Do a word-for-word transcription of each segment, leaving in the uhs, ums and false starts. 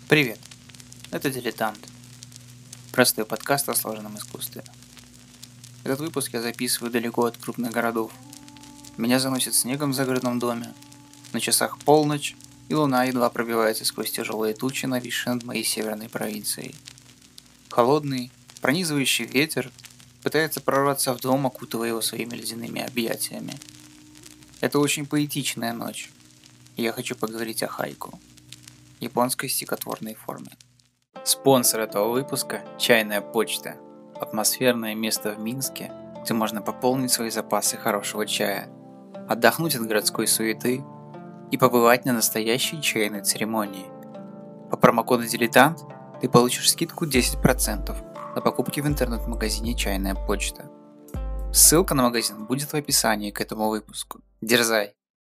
Привет, это «Дилетант», простой подкаст о сложном искусстве. Этот выпуск я записываю далеко от крупных городов. Меня заносит снегом в загородном доме, на часах полночь, и луна едва пробивается сквозь тяжелые тучи, нависшие над моей северной провинцией. Холодный, пронизывающий ветер пытается прорваться в дом, окутывая его своими ледяными объятиями. Это очень поэтичная ночь, и я хочу поговорить о хайку, японской стихотворной форме. Спонсор этого выпуска – Чайная почта. Атмосферное место в Минске, где можно пополнить свои запасы хорошего чая, отдохнуть от городской суеты и побывать на настоящей чайной церемонии. По промокоду «Дилетант» ты получишь скидку десять процентов на покупки в интернет-магазине «Чайная почта». Ссылка на магазин будет в описании к этому выпуску. Дерзай!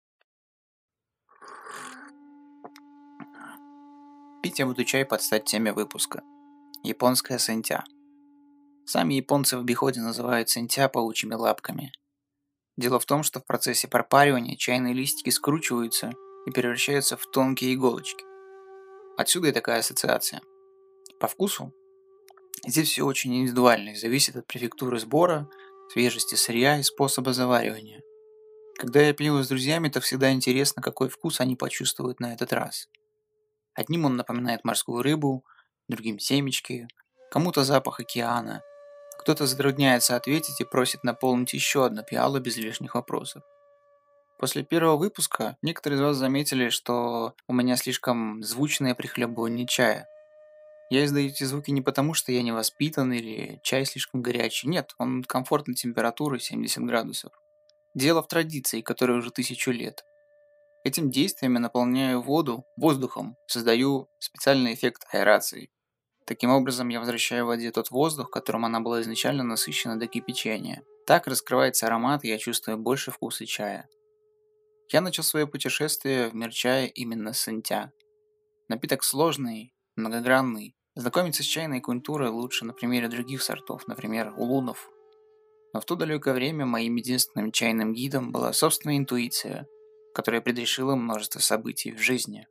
Пить я буду чай под стать теме выпуска. Японская сэнтя. Сами японцы в обиходе называют сэнтя паучьими лапками. Дело в том, что в процессе пропаривания чайные листики скручиваются и превращаются в тонкие иголочки. Отсюда и такая ассоциация. По вкусу здесь все очень индивидуально и зависит от префектуры сбора, свежести сырья и способа заваривания. Когда я пью с друзьями, то всегда интересно, какой вкус они почувствуют на этот раз. Одним он напоминает морскую рыбу, другим семечки, кому-то запах океана. Кто-то затрудняется ответить и просит наполнить еще одну пиалу без лишних вопросов. После первого выпуска некоторые из вас заметили, что у меня слишком звучное прихлебывание чая. Я издаю эти звуки не потому, что я невоспитан или чай слишком горячий. Нет, он комфортной температуры семьдесят градусов. Дело в традиции, которая уже тысячу лет. Этим действием я наполняю воду воздухом, создаю специальный эффект аэрации. Таким образом, я возвращаю воде тот воздух, которым она была изначально насыщена до кипячения. Так раскрывается аромат, и я чувствую больше вкуса чая. Я начал свое путешествие в мир чая именно с сэнтя. Напиток сложный, многогранный. Знакомиться с чайной культурой лучше на примере других сортов, например, улунов. Но в то далекое время моим единственным чайным гидом была собственная интуиция, которая предрешила множество событий в жизни.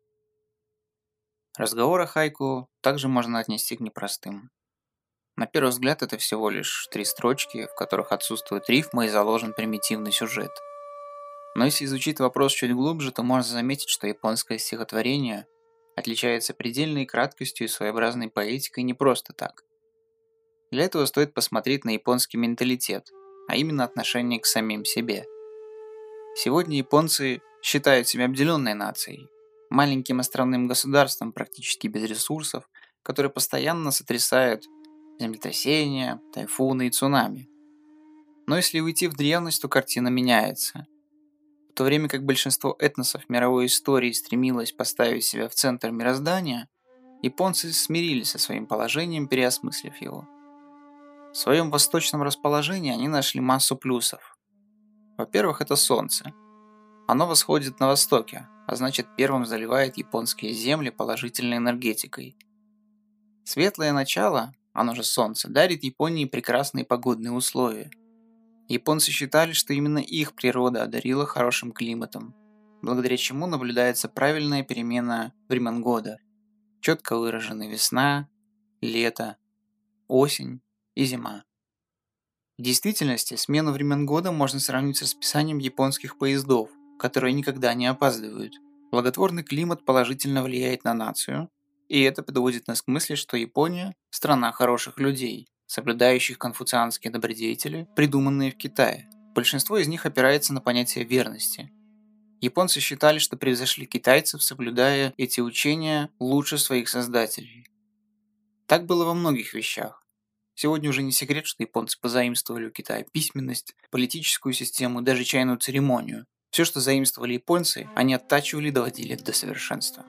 Разговор о хайку также можно отнести к непростым. На первый взгляд это всего лишь три строчки, в которых отсутствует рифма и заложен примитивный сюжет. Но если изучить вопрос чуть глубже, то можно заметить, что японское стихотворение отличается предельной краткостью и своеобразной поэтикой не просто так. Для этого стоит посмотреть на японский менталитет, а именно отношение к самим себе. Сегодня японцы считают себя обделенной нацией, маленьким островным государством практически без ресурсов, которые постоянно сотрясают землетрясения, тайфуны и цунами. Но если уйти в древность, то картина меняется. В то время как большинство этносов мировой истории стремилось поставить себя в центр мироздания, японцы смирились со своим положением, переосмыслив его. В своем восточном расположении они нашли массу плюсов. Во-первых, это солнце. Оно восходит на востоке, а значит первым заливает японские земли положительной энергетикой. Светлое начало, оно же солнце, дарит Японии прекрасные погодные условия. Японцы считали, что именно их природа одарила хорошим климатом, благодаря чему наблюдается правильная перемена времен года. Четко выражены весна, лето, осень и зима. В действительности, смену времен года можно сравнить с расписанием японских поездов, которые никогда не опаздывают. Благотворный климат положительно влияет на нацию, и это подводит нас к мысли, что Япония – страна хороших людей, соблюдающих конфуцианские добродетели, придуманные в Китае. Большинство из них опирается на понятие верности. Японцы считали, что превзошли китайцев, соблюдая эти учения лучше своих создателей. Так было во многих вещах. Сегодня уже не секрет, что японцы позаимствовали у Китая письменность, политическую систему и даже чайную церемонию. Все, что заимствовали японцы, они оттачивали и доводили до совершенства.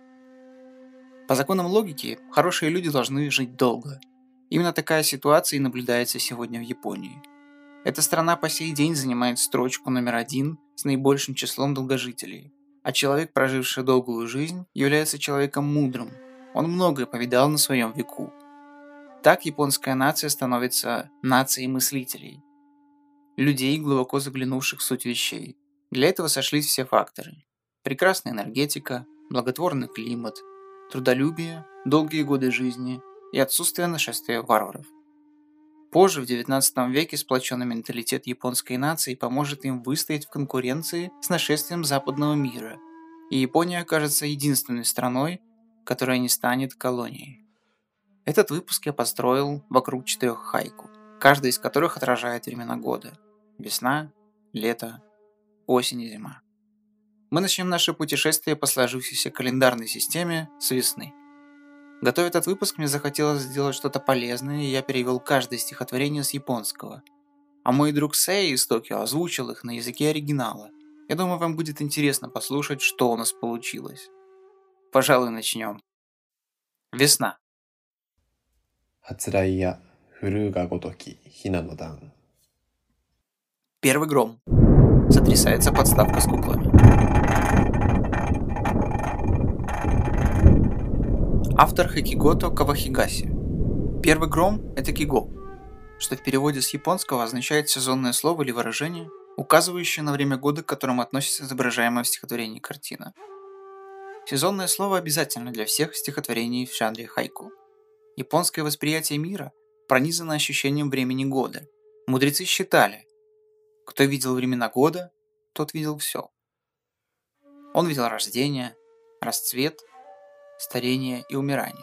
По законам логики, хорошие люди должны жить долго. Именно такая ситуация и наблюдается сегодня в Японии. Эта страна по сей день занимает строчку номер один с наибольшим числом долгожителей. А человек, проживший долгую жизнь, является человеком мудрым. Он многое повидал на своем веку. Так японская нация становится нацией мыслителей. Людей, глубоко заглянувших в суть вещей. Для этого сошлись все факторы. Прекрасная энергетика, благотворный климат, трудолюбие, долгие годы жизни и отсутствие нашествия варваров. Позже, в девятнадцатом веке, сплоченный менталитет японской нации поможет им выстоять в конкуренции с нашествием западного мира, и Япония окажется единственной страной, которая не станет колонией. Этот выпуск я построил вокруг четырех хайку, каждая из которых отражает времена года: весна, лето, осень и зима. Мы начнем наше путешествие по сложившейся календарной системе с весны. Готовя этот выпуск, мне захотелось сделать что-то полезное, и я перевел каждое стихотворение с японского. А мой друг Сэй из Токио озвучил их на языке оригинала. Я думаю, вам будет интересно послушать, что у нас получилось. Пожалуй, начнем. Весна. 発雷や降るがごときひなの段 Первый гром. Сотрясается подставка с куклами. Автор Хикигото Кавахигаси. Первый гром – это киго, что в переводе с японского означает сезонное слово или выражение, указывающее на время года, к которому относится изображаемая в стихотворении картина. Сезонное слово обязательно для всех стихотворений в жанре хайку. Японское восприятие мира пронизано ощущением времени года. Мудрецы считали, кто видел времена года, тот видел все. Он видел рождение, расцвет, старение и умирание.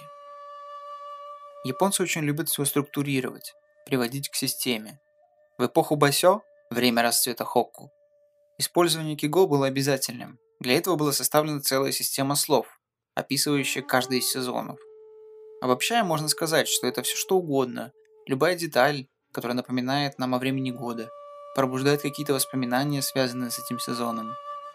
Японцы очень любят все структурировать, приводить к системе. В эпоху Басё, время расцвета Хокку, использование киго было обязательным. Для этого была составлена целая система слов, описывающая каждый из сезонов. Обобщая, можно сказать, что это все что угодно, любая деталь, которая напоминает нам о времени года, пробуждает какие-то воспоминания, связанные с этим сезоном.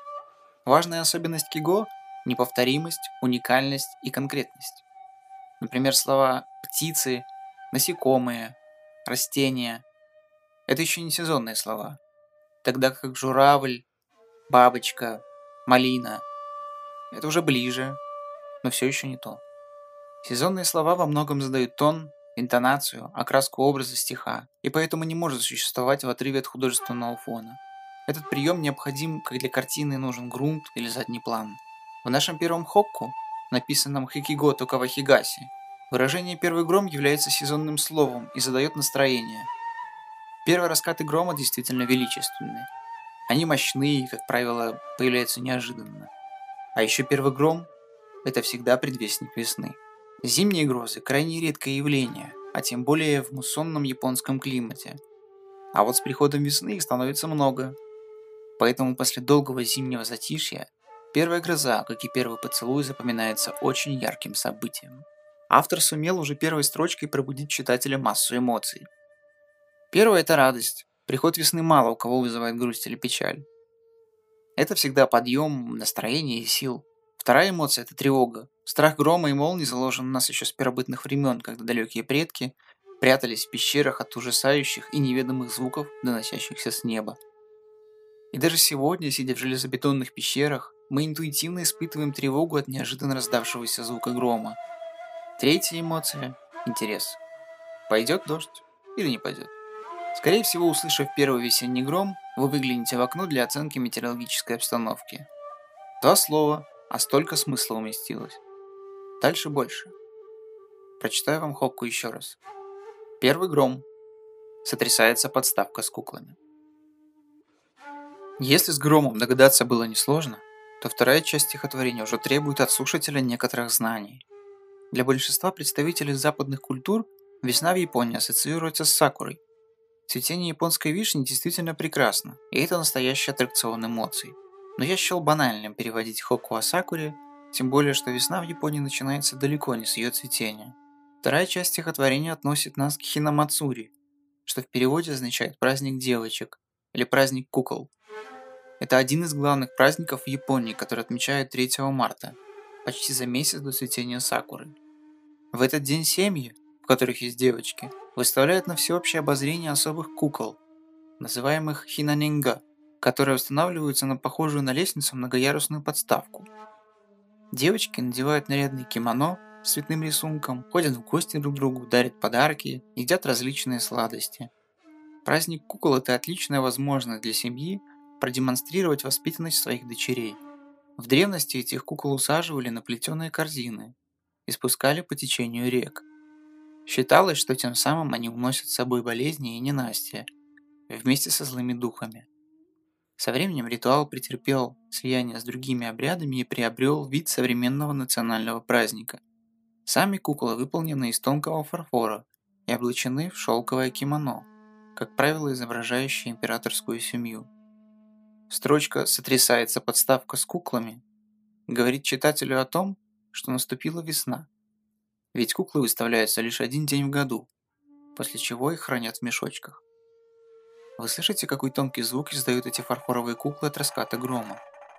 Важная особенность киго – неповторимость, уникальность и конкретность. Например, слова «птицы», «насекомые», «растения» – это еще не сезонные слова, тогда как «журавль», «бабочка», «малина» – это уже ближе, но все еще не то. Сезонные слова во многом задают тон, интонацию, окраску образа стиха, и поэтому не может существовать в отрыве от художественного фона. Этот прием необходим, как для картины нужен грунт или задний план. В нашем первом хокку, написанном Хикигото Кавахигаси, выражение «первый гром» является сезонным словом и задает настроение. Первые раскаты грома действительно величественны. Они мощные и, как правило, появляются неожиданно. А еще первый гром – это всегда предвестник весны. Зимние грозы – крайне редкое явление, а тем более в муссонном японском климате. А вот с приходом весны их становится много. Поэтому после долгого зимнего затишья первая гроза, как и первый поцелуй, запоминается очень ярким событием. Автор сумел уже первой строчкой пробудить в читателя массу эмоций. Первое – это радость. Приход весны мало у кого вызывает грусть или печаль. Это всегда подъем настроения и сил. Вторая эмоция – это тревога. Страх грома и молний заложен у нас еще с первобытных времен, когда далекие предки прятались в пещерах от ужасающих и неведомых звуков, доносящихся с неба. И даже сегодня, сидя в железобетонных пещерах, мы интуитивно испытываем тревогу от неожиданно раздавшегося звука грома. Третья эмоция – интерес. Пойдет дождь или не пойдет? Скорее всего, услышав первый весенний гром, вы выглянете в окно для оценки метеорологической обстановки. Два слова, а столько смысла уместилось. Дальше больше. Прочитаю вам хокку еще раз. Первый гром. Сотрясается подставка с куклами. Если с громом догадаться было несложно, то вторая часть стихотворения уже требует от слушателя некоторых знаний. Для большинства представителей западных культур весна в Японии ассоциируется с сакурой. Цветение японской вишни действительно прекрасно, и это настоящий аттракцион эмоций. Но я счел банальным переводить хокку о сакуре, тем более, что весна в Японии начинается далеко не с ее цветения. Вторая часть стихотворения относит нас к хинамацури, что в переводе означает «праздник девочек» или «праздник кукол». Это один из главных праздников в Японии, который отмечают третьего марта, почти за месяц до цветения сакуры. В этот день семьи, в которых есть девочки, выставляют на всеобщее обозрение особых кукол, называемых хинаненга, которые устанавливаются на похожую на лестницу многоярусную подставку. Девочки надевают нарядные кимоно с цветным рисунком, ходят в гости друг к другу, дарят подарки, едят различные сладости. Праздник кукол – это отличная возможность для семьи продемонстрировать воспитанность своих дочерей. В древности этих кукол усаживали на плетеные корзины, и спускали по течению рек. Считалось, что тем самым они уносят с собой болезни и ненастья вместе со злыми духами. Со временем ритуал претерпел слияние с другими обрядами и приобрел вид современного национального праздника. Сами куклы выполнены из тонкого фарфора и облачены в шелковое кимоно, как правило изображающее императорскую семью. Строчка «Сотрясается подставка с куклами» говорит читателю о том, что наступила весна, ведь куклы выставляются лишь один день в году, после чего их хранят в мешочках. Вы слышите, какой тонкий звук издают эти фарфоровые куклы от раската грома?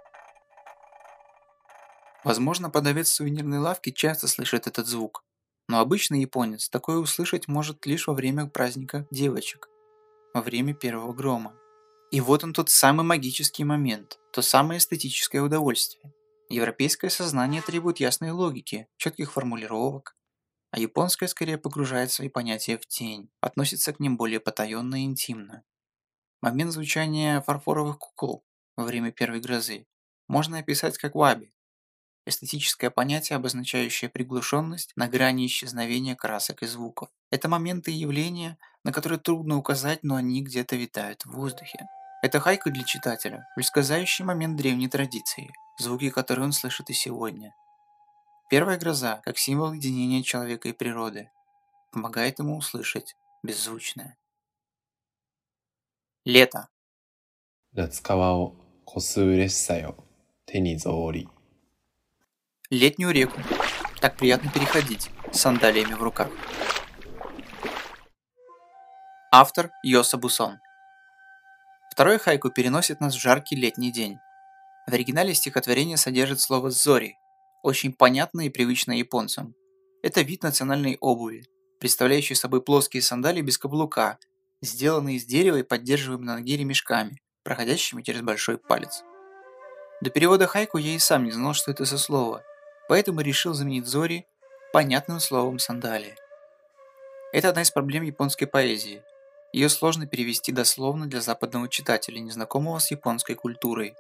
Возможно, продавец в сувенирной лавке часто слышит этот звук, но обычный японец такое услышать может лишь во время праздника девочек, во время первого грома. И вот он тот самый магический момент, то самое эстетическое удовольствие. Европейское сознание требует ясной логики, четких формулировок, а японское скорее погружает свои понятия в тень, относится к ним более потаенно и интимно. Момент звучания фарфоровых кукол во время первой грозы можно описать как ваби, эстетическое понятие, обозначающее приглушенность на грани исчезновения красок и звуков. Это моменты и явления, на которые трудно указать, но они где-то витают в воздухе. Это хайку для читателя, предсказающий момент древней традиции, звуки которые он слышит и сегодня. Первая гроза, как символ единения человека и природы, помогает ему услышать беззвучное. Лето. 夏川をこすうれしさよ手にぞおり Летнюю реку. Так приятно переходить с сандалиями в руках. Автор Йоса Бусон. Второе хайку переносит нас в жаркий летний день. В оригинале стихотворение содержит слово «зори», очень понятное и привычное японцам. Это вид национальной обуви, представляющий собой плоские сандалии без каблука, сделанные из дерева и поддерживаемые на ноге ремешками, проходящими через большой палец. До перевода хайку я и сам не знал, что это за слово, поэтому решил заменить «зори» понятным словом «сандалии». Это одна из проблем японской поэзии. Ее сложно перевести дословно для западного читателя, незнакомого с японской культурой.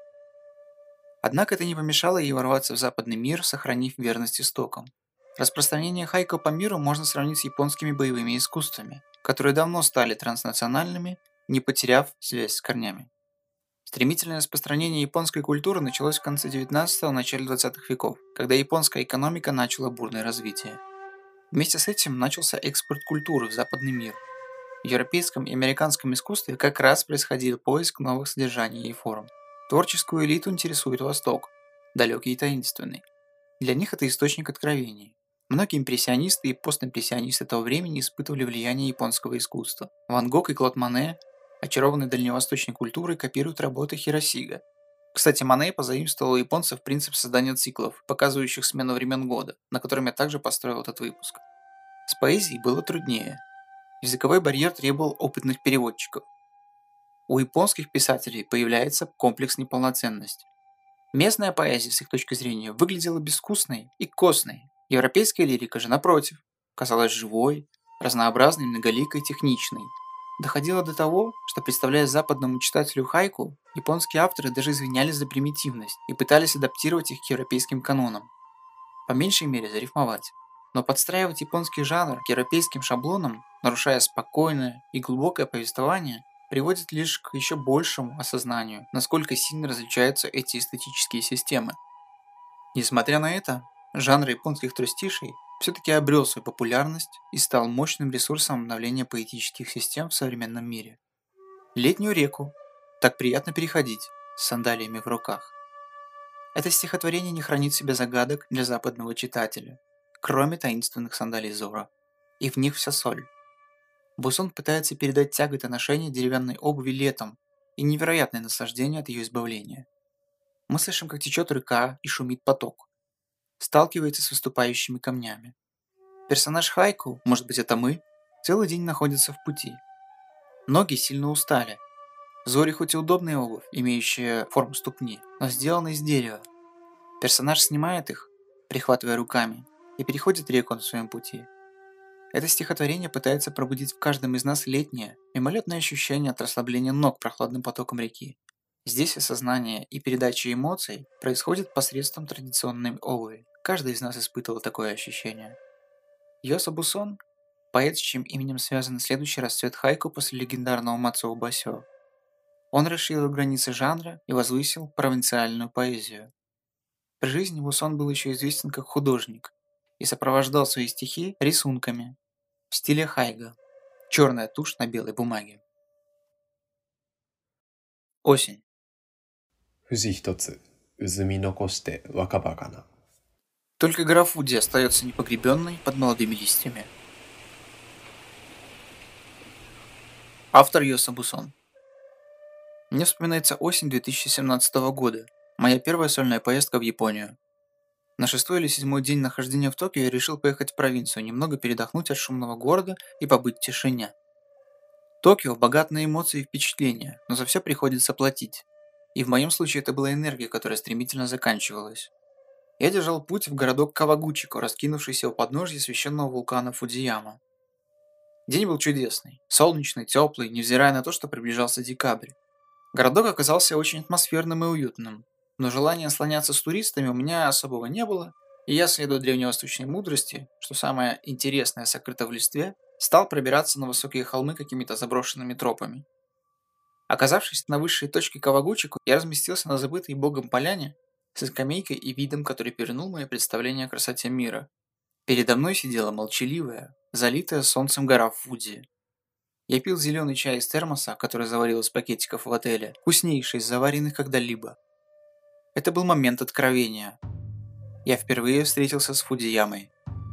Однако это не помешало ей ворваться в западный мир, сохранив верность истокам. Распространение хайку по миру можно сравнить с японскими боевыми искусствами, которые давно стали транснациональными, не потеряв связь с корнями. Стремительное распространение японской культуры началось в конце девятнадцатого – начале двадцатых веков, когда японская экономика начала бурное развитие. Вместе с этим начался экспорт культуры в западный мир. В европейском и американском искусстве как раз происходил поиск новых содержаний и форм. Творческую элиту интересует Восток, далекий и таинственный. Для них это источник откровений. Многие импрессионисты и постимпрессионисты того времени испытывали влияние японского искусства. Ван Гог и Клод Моне, очарованные дальневосточной культурой, копируют работы Хиросига. Кстати, Моне позаимствовал у японцев принцип создания циклов, показывающих смену времен года, на котором я также построил этот выпуск. С поэзией было труднее. Языковой барьер требовал опытных переводчиков. У японских писателей появляется комплекс неполноценности. Местная поэзия, с их точки зрения, выглядела безвкусной и костной. Европейская лирика же, напротив, казалась живой, разнообразной, многоликой, техничной. Доходило до того, что, представляя западному читателю хайку, японские авторы даже извинялись за примитивность и пытались адаптировать их к европейским канонам. По меньшей мере зарифмовать. Но подстраивать японский жанр к европейским шаблонам, нарушая спокойное и глубокое повествование, приводит лишь к еще большему осознанию, насколько сильно различаются эти эстетические системы. Несмотря на это, жанр японских тростишей все-таки обрел свою популярность и стал мощным ресурсом обновления поэтических систем в современном мире. Летнюю реку так приятно переходить с сандалиями в руках. Это стихотворение не хранит в себе загадок для западного читателя, кроме таинственных сандалий Зора, и в них вся соль. Бусон пытается передать тяготы ношения деревянной обуви летом и невероятное наслаждение от ее избавления. Мы слышим, как течет река и шумит поток, сталкивается с выступающими камнями. Персонаж хайку, может быть это мы, целый день находится в пути. Ноги сильно устали. Зори хоть и удобная обувь, имеющая форму ступни, но сделана из дерева. Персонаж снимает их, прихватывая руками, и переходит реку на своем пути. Это стихотворение пытается пробудить в каждом из нас летнее, мимолетное ощущение от расслабления ног прохладным потоком реки. Здесь осознание и передача эмоций происходит посредством традиционной обуви. Каждый из нас испытывал такое ощущение. Йосо Сон, поэт, с чьим именем связан следующий расцвет хайку после легендарного Мацуо Басё. Он расширил границы жанра и возвысил провинциальную поэзию. При жизни Мусон был еще известен как художник и сопровождал свои стихи рисунками в стиле хайга. Черная тушь на белой бумаге. Осень. 富士一つ、渦見残して若葉かな。 Только гора Фудзи остается непогребенной под молодыми листьями. Автор Йосо Бусон. Мне вспоминается осень две тысячи семнадцатого года, моя первая сольная поездка в Японию. На шестой или седьмой день нахождения в Токио я решил поехать в провинцию, немного передохнуть от шумного города и побыть в тишине. Токио богат на эмоции и впечатления, но за все приходится платить. И в моем случае это была энергия, которая стремительно заканчивалась. Я держал путь в городок Кавагучико, раскинувшийся у подножья священного вулкана Фудзияма. День был чудесный, солнечный, теплый, невзирая на то, что приближался декабрь. Городок оказался очень атмосферным и уютным, но желания слоняться с туристами у меня особого не было, и я, следуя древневосточной мудрости, что самое интересное сокрыто в листве, стал пробираться на высокие холмы какими-то заброшенными тропами. Оказавшись на высшей точке Кавагучико, я разместился на забытой богом поляне со скамейкой и видом, который перевернул мое представление о красоте мира. Передо мной сидела молчаливая, залитая солнцем гора Фудзи. Я пил зеленый чай из термоса, который заварил из пакетиков в отеле, вкуснейший из заваренных когда-либо. Это был момент откровения. Я впервые встретился с Фудзиямой.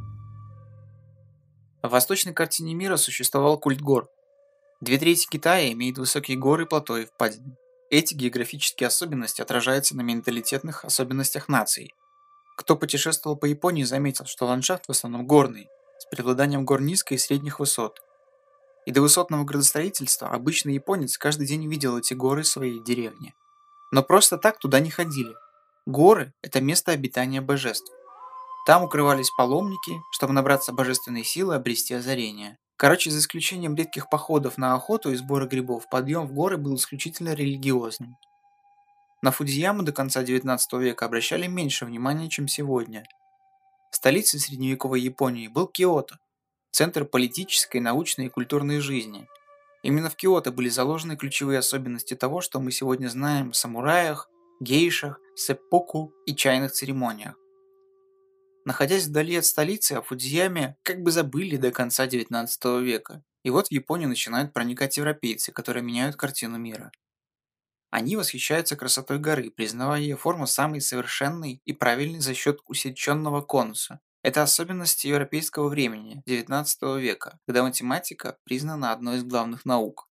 В восточной картине мира существовал культ гор. Две трети Китая имеет высокие горы, плато и впадины. Эти географические особенности отражаются на менталитетных особенностях наций. Кто путешествовал по Японии, заметил, что ландшафт в основном горный, с преобладанием гор низкой и средних высот. И до высотного градостроительства обычный японец каждый день видел эти горы в своей деревне. Но просто так туда не ходили. Горы – это место обитания божеств. Там укрывались паломники, чтобы набраться божественной силы и обрести озарение. Короче, за исключением редких походов на охоту и сбора грибов, подъем в горы был исключительно религиозным. На Фудзияму до конца девятнадцатого века обращали меньше внимания, чем сегодня. Столицей средневековой Японии был Киото, центр политической, научной и культурной жизни. Именно в Киото были заложены ключевые особенности того, что мы сегодня знаем о самураях, гейшах, сэппуку и чайных церемониях. Находясь вдали от столицы, о Фудзияме как бы забыли до конца девятнадцатого века. И вот в Японию начинают проникать европейцы, которые меняют картину мира. Они восхищаются красотой горы, признавая ее форму самой совершенной и правильной за счет усеченного конуса. Это особенность европейского времени, девятнадцатого века, когда математика признана одной из главных наук.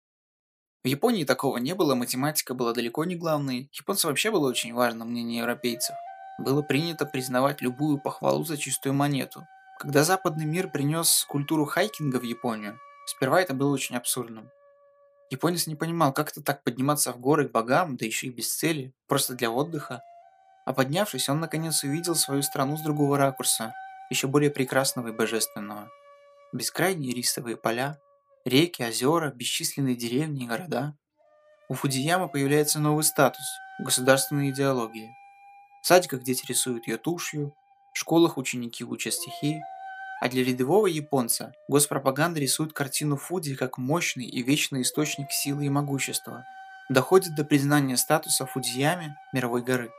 В Японии такого не было, математика была далеко не главной, японцам вообще было очень важно мнение европейцев. Было принято признавать любую похвалу за чистую монету. Когда западный мир принес культуру хайкинга в Японию, сперва это было очень абсурдным. Японец не понимал, как это так подниматься в горы к богам, да еще и без цели, просто для отдыха. А поднявшись, он наконец увидел свою страну с другого ракурса, еще более прекрасного и божественного. Бескрайние рисовые поля, реки, озера, бесчисленные деревни и города. У Фудзиямы появляется новый статус – государственной идеологии. В садиках дети рисуют ее тушью, в школах ученики учат стихи, а для рядового японца госпропаганда рисует картину Фудзи как мощный и вечный источник силы и могущества. Доходит до признания статуса Фудзияме мировой горы.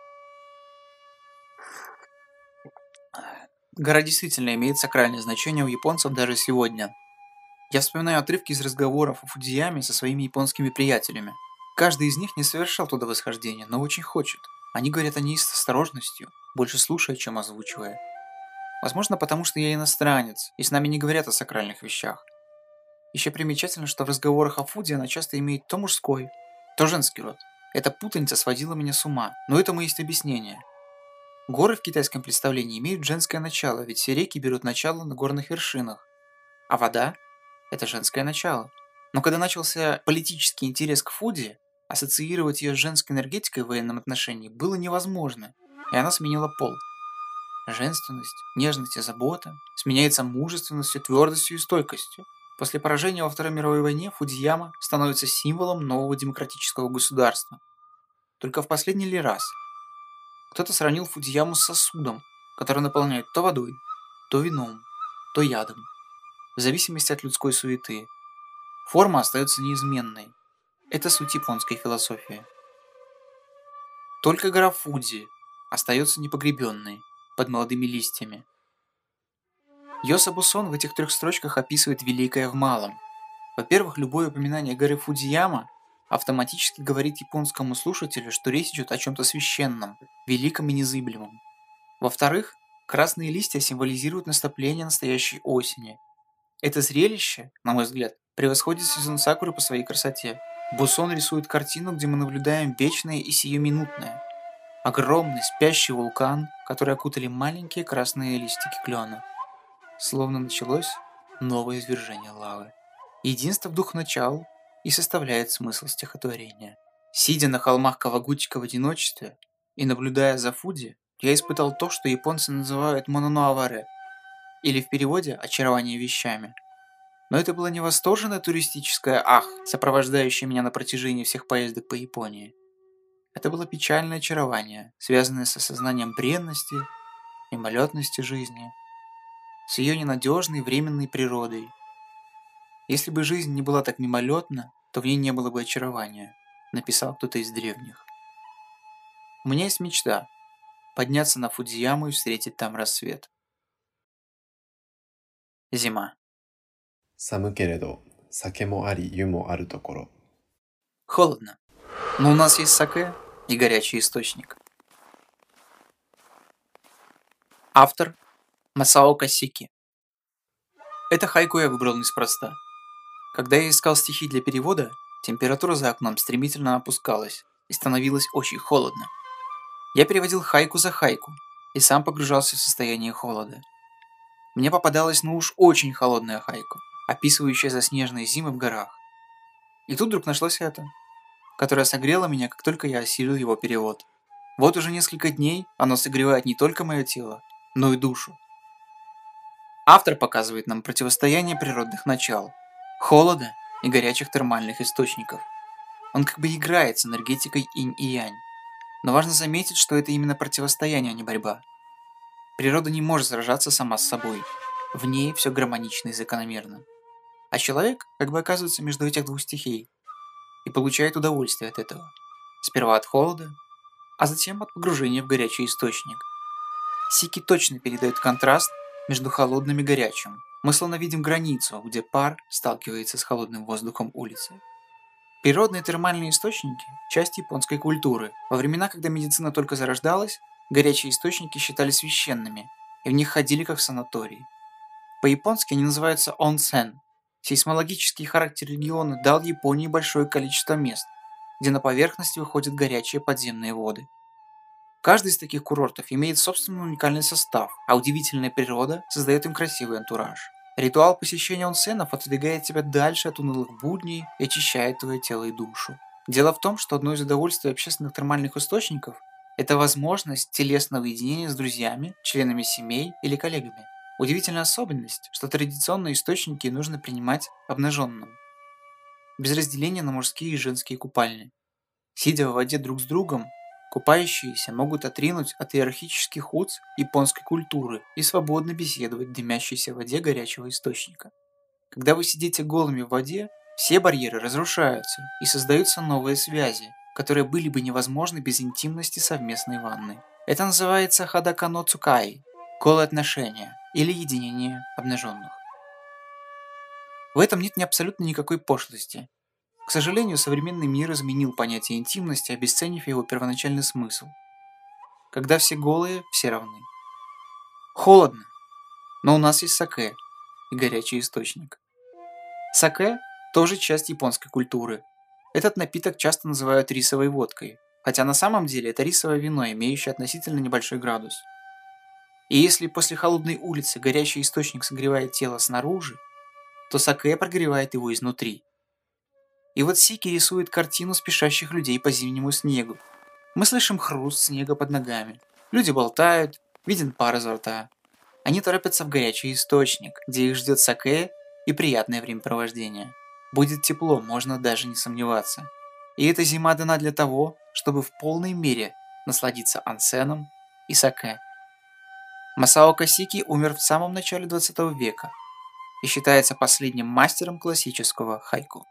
Гора действительно имеет сакральное значение у японцев даже сегодня. Я вспоминаю отрывки из разговоров о Фудзияме со своими японскими приятелями. Каждый из них не совершал туда восхождения, но очень хочет. Они говорят о ней с осторожностью, больше слушая, чем озвучивая. Возможно, потому что я иностранец, и с нами не говорят о сакральных вещах. Еще примечательно, что в разговорах о Фудзи она часто имеет то мужской, то женский род. Эта путаница сводила меня с ума, но этому есть объяснение. Горы в китайском представлении имеют женское начало, ведь все реки берут начало на горных вершинах. А вода – это женское начало. Но когда начался политический интерес к Фудзи, ассоциировать ее с женской энергетикой в военном отношении было невозможно, и она сменила пол. Женственность, нежность и забота сменяется мужественностью, твердостью и стойкостью. После поражения во Второй мировой войне Фудзияма становится символом нового демократического государства. Только в последний ли раз кто-то сравнил Фудзияму с сосудом, который наполняют то водой, то вином, то ядом, в зависимости от людской суеты. Форма остается неизменной. Это суть японской философии. Только гора Фудзи остается непогребенной под молодыми листьями. Йоса Бусон в этих трех строчках описывает великое в малом. Во-первых, любое упоминание горы Фудзияма автоматически говорит японскому слушателю, что речь идет о чем-то священном, великом и незыблемом. Во-вторых, красные листья символизируют наступление настоящей осени. Это зрелище, на мой взгляд, превосходит сезон сакуры по своей красоте. Бусон рисует картину, где мы наблюдаем вечное и сиюминутное. Огромный спящий вулкан, который окутали маленькие красные листики клена. Словно началось новое извержение лавы. Единство в двух начал и составляет смысл стихотворения. Сидя на холмах Кавагутика в одиночестве и наблюдая за Фудзи, я испытал то, что японцы называют мононуаваре, или в переводе «очарование вещами». Но это было не восторженное туристическое «ах», сопровождающее меня на протяжении всех поездок по Японии. Это было печальное очарование, связанное с осознанием бренности, мимолетности жизни, с ее ненадежной временной природой. Если бы жизнь не была так мимолетна, то в ней не было бы очарования, написал кто-то из древних. У меня есть мечта – подняться на Фудзияму и встретить там рассвет. Зима. 寒けれど酒もあり湯もあるところ。 Холодно, но у нас есть саке и горячий источник. Автор Масао Косики. Это хайку я выбрал неспроста. Когда я искал стихи для перевода, температура за окном стремительно опускалась и становилось очень холодно. Я переводил хайку за хайку и сам погружался в состояние холода. Мне попадалась ну уж очень холодная хайку, описывающая заснеженные зимы в горах. И тут вдруг нашлось это, которое согрело меня, как только я осилил его перевод. Вот уже несколько дней оно согревает не только мое тело, но и душу. Автор показывает нам противостояние природных начал, холода и горячих термальных источников. Он как бы играет с энергетикой инь и янь. Но важно заметить, что это именно противостояние, а не борьба. Природа не может сражаться сама с собой. В ней все гармонично и закономерно. А человек как бы оказывается между этих двух стихий и получает удовольствие от этого. Сперва от холода, а затем от погружения в горячий источник. Сики точно передает контраст между холодным и горячим. Мы словно видим границу, где пар сталкивается с холодным воздухом улицы. Природные термальные источники – часть японской культуры. Во времена, когда медицина только зарождалась, горячие источники считались священными, и в них ходили как в санатории. По-японски они называются онсен. Сейсмологический характер региона дал Японии большое количество мест, где на поверхность выходят горячие подземные воды. Каждый из таких курортов имеет собственный уникальный состав, а удивительная природа создает им красивый антураж. Ритуал посещения онсенов отодвигает тебя дальше от унылых будней и очищает твое тело и душу. Дело в том, что одно из удовольствий общественных термальных источников – это возможность телесного единения с друзьями, членами семей или коллегами. Удивительная особенность, что традиционные источники нужно принимать обнаженным, без разделения на мужские и женские купальни. Сидя в воде друг с другом, купающиеся могут отринуть от иерархических уз японской культуры и свободно беседовать в дымящейся воде горячего источника. Когда вы сидите голыми в воде, все барьеры разрушаются и создаются новые связи, которые были бы невозможны без интимности совместной ванны. Это называется хадакано цукай – голые отношения или единение обнаженных. В этом нет ни абсолютно никакой пошлости. К сожалению, современный мир изменил понятие интимности, обесценив его первоначальный смысл. Когда все голые, все равны. Холодно, но у нас есть саке и горячий источник. Саке – тоже часть японской культуры. Этот напиток часто называют рисовой водкой, хотя на самом деле это рисовое вино, имеющее относительно небольшой градус. И если после холодной улицы горячий источник согревает тело снаружи, то саке прогревает его изнутри. И вот Сики рисует картину спешащих людей по зимнему снегу. Мы слышим хруст снега под ногами. Люди болтают, виден пар изо рта. Они торопятся в горячий источник, где их ждет саке и приятное времяпровождение. Будет тепло, можно даже не сомневаться. И эта зима дана для того, чтобы в полной мере насладиться ансеном и саке. Масао Косики умер в самом начале двадцатого века и считается последним мастером классического хайку.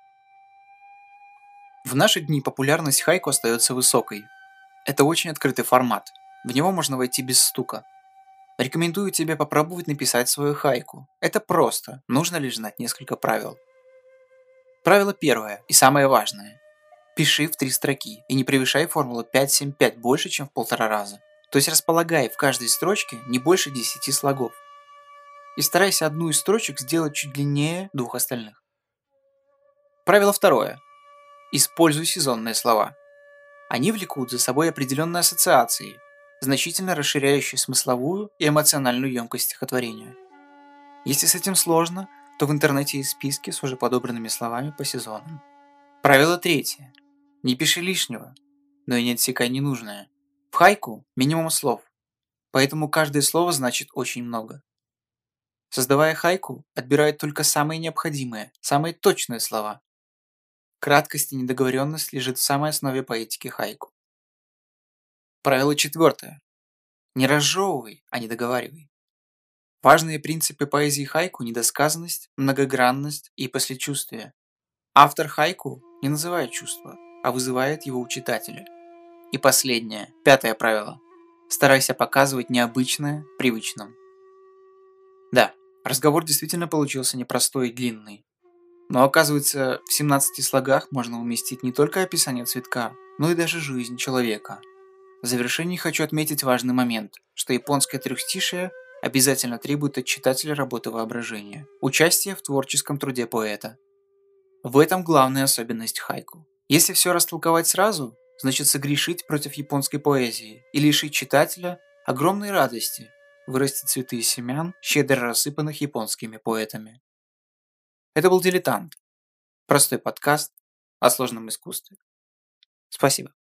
В наши дни популярность хайку остается высокой. Это очень открытый формат. В него можно войти без стука. Рекомендую тебе попробовать написать свою хайку. Это просто, нужно лишь знать несколько правил. Правило первое и самое важное. Пиши в три строки и не превышай формулу пять семь пять больше, чем в полтора раза. То есть располагай в каждой строчке не больше десяти слогов. И старайся одну из строчек сделать чуть длиннее двух остальных. Правило второе. Используй сезонные слова. Они влекут за собой определенные ассоциации, значительно расширяющие смысловую и эмоциональную емкость стихотворения. Если с этим сложно, то в интернете есть списки с уже подобранными словами по сезонам. Правило третье. Не пиши лишнего, но и не отсекай ненужное. В хайку минимум слов, поэтому каждое слово значит очень много. Создавая хайку, отбирай только самые необходимые, самые точные слова. Краткость и недоговоренность лежит в самой основе поэтики хайку. Правило четвертое. Не разжевывай, а не договаривай. Важные принципы поэзии хайку – недосказанность, многогранность и послечувствие. Автор хайку не называет чувства, а вызывает его у читателя. И последнее, пятое правило. Старайся показывать необычное привычным. Да, разговор действительно получился непростой и длинный. Но оказывается, в семнадцати слогах можно уместить не только описание цветка, но и даже жизнь человека. В завершении хочу отметить важный момент, что японское трехстишие обязательно требует от читателя работы воображения, участия в творческом труде поэта. В этом главная особенность хайку. Если все растолковать сразу, значит согрешить против японской поэзии и лишить читателя огромной радости вырастить цветы из семян, щедро рассыпанных японскими поэтами. Это был «Дилетант». Простой подкаст о сложном искусстве. Спасибо.